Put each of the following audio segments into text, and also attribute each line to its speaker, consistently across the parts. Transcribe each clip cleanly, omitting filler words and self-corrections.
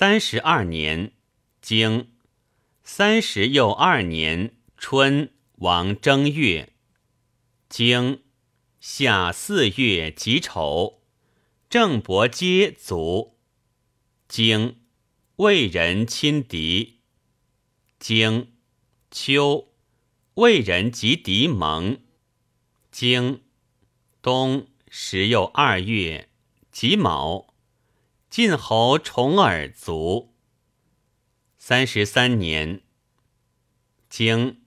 Speaker 1: 32年，经30又2年春，王正月，经夏4月己丑，郑伯皆卒。经魏人亲狄。经秋，魏人及狄盟。经冬10又2月己卯，晋侯重耳卒。33年，经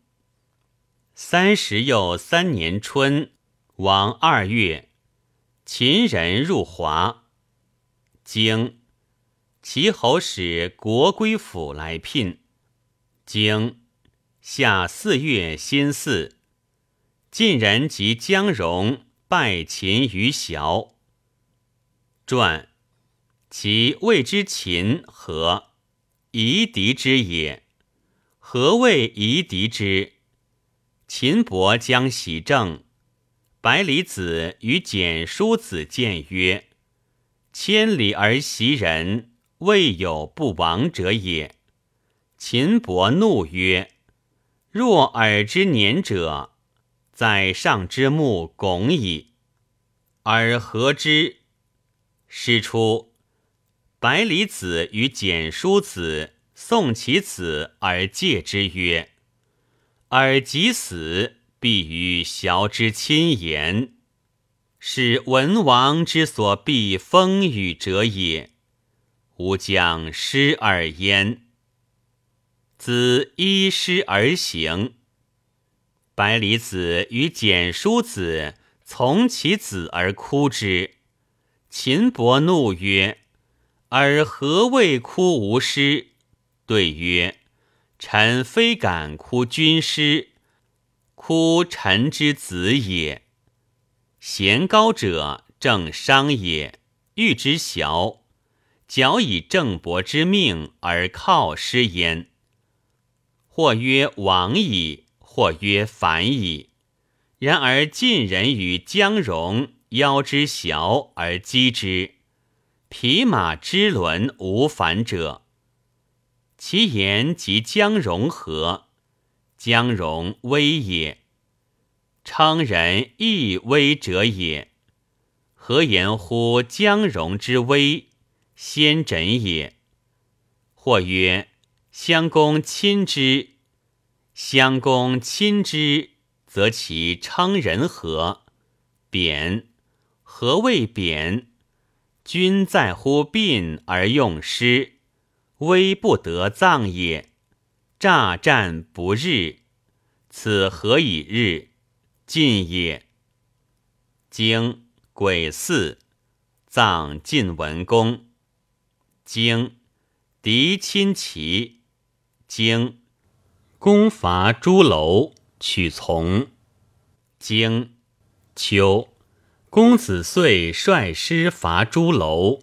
Speaker 1: 30又3年春，王2月，秦人入华。经齐侯使国归府来聘。经夏4月辛巳，晋人及姜戎拜秦于崤。传其谓之秦何？夷狄之也。何谓夷狄之？秦伯将袭郑，百里子与简叔子谏曰：千里而袭人，未有不亡者也。秦伯怒曰：若尔之年者，在上之目拱矣。尔何之？师出，百里子与简叔子送其子而戒之曰：尔即死，必于崤之亲言，是文王之所避风雨者也。吾将失尔焉。子依师而行。百里子与简叔子从其子而哭之。秦伯怒曰：尔何谓哭吾师？对曰：臣非敢哭君师，哭臣之子也。贤高者正商也，欲之崤，矫以郑伯之命而靠师焉。或曰亡矣，或曰反矣。然而晋人与姜戎邀之崤而击之，匹马之轮无反者。其言及姜戎何？姜戎威也。称人亦威者也。何言乎姜戎之威？先轸也。或曰襄公亲之。襄公亲之，则其称人何？贬。何谓贬？君在乎宾而用师，威不得葬也。诈战不日，此何以日？晋也。经癸巳，葬晋文公。经狄亲齐。经攻伐诸楼，取从。经秋，公子遂率师伐诸楼。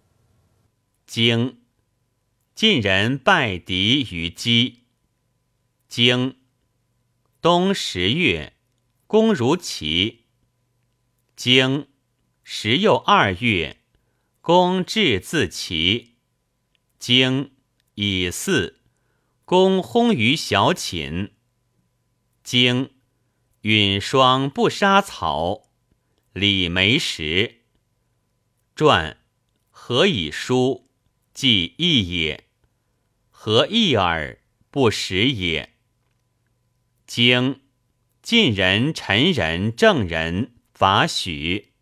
Speaker 1: 经晋人败狄于畿。经冬10月，公如齐。经10又2月，公至自齐。经乙巳，公薨于小寝。经允霜不杀草，李梅石。传何以书？即义也。何义耳？不识也。经晋人、陈人、郑人伐许。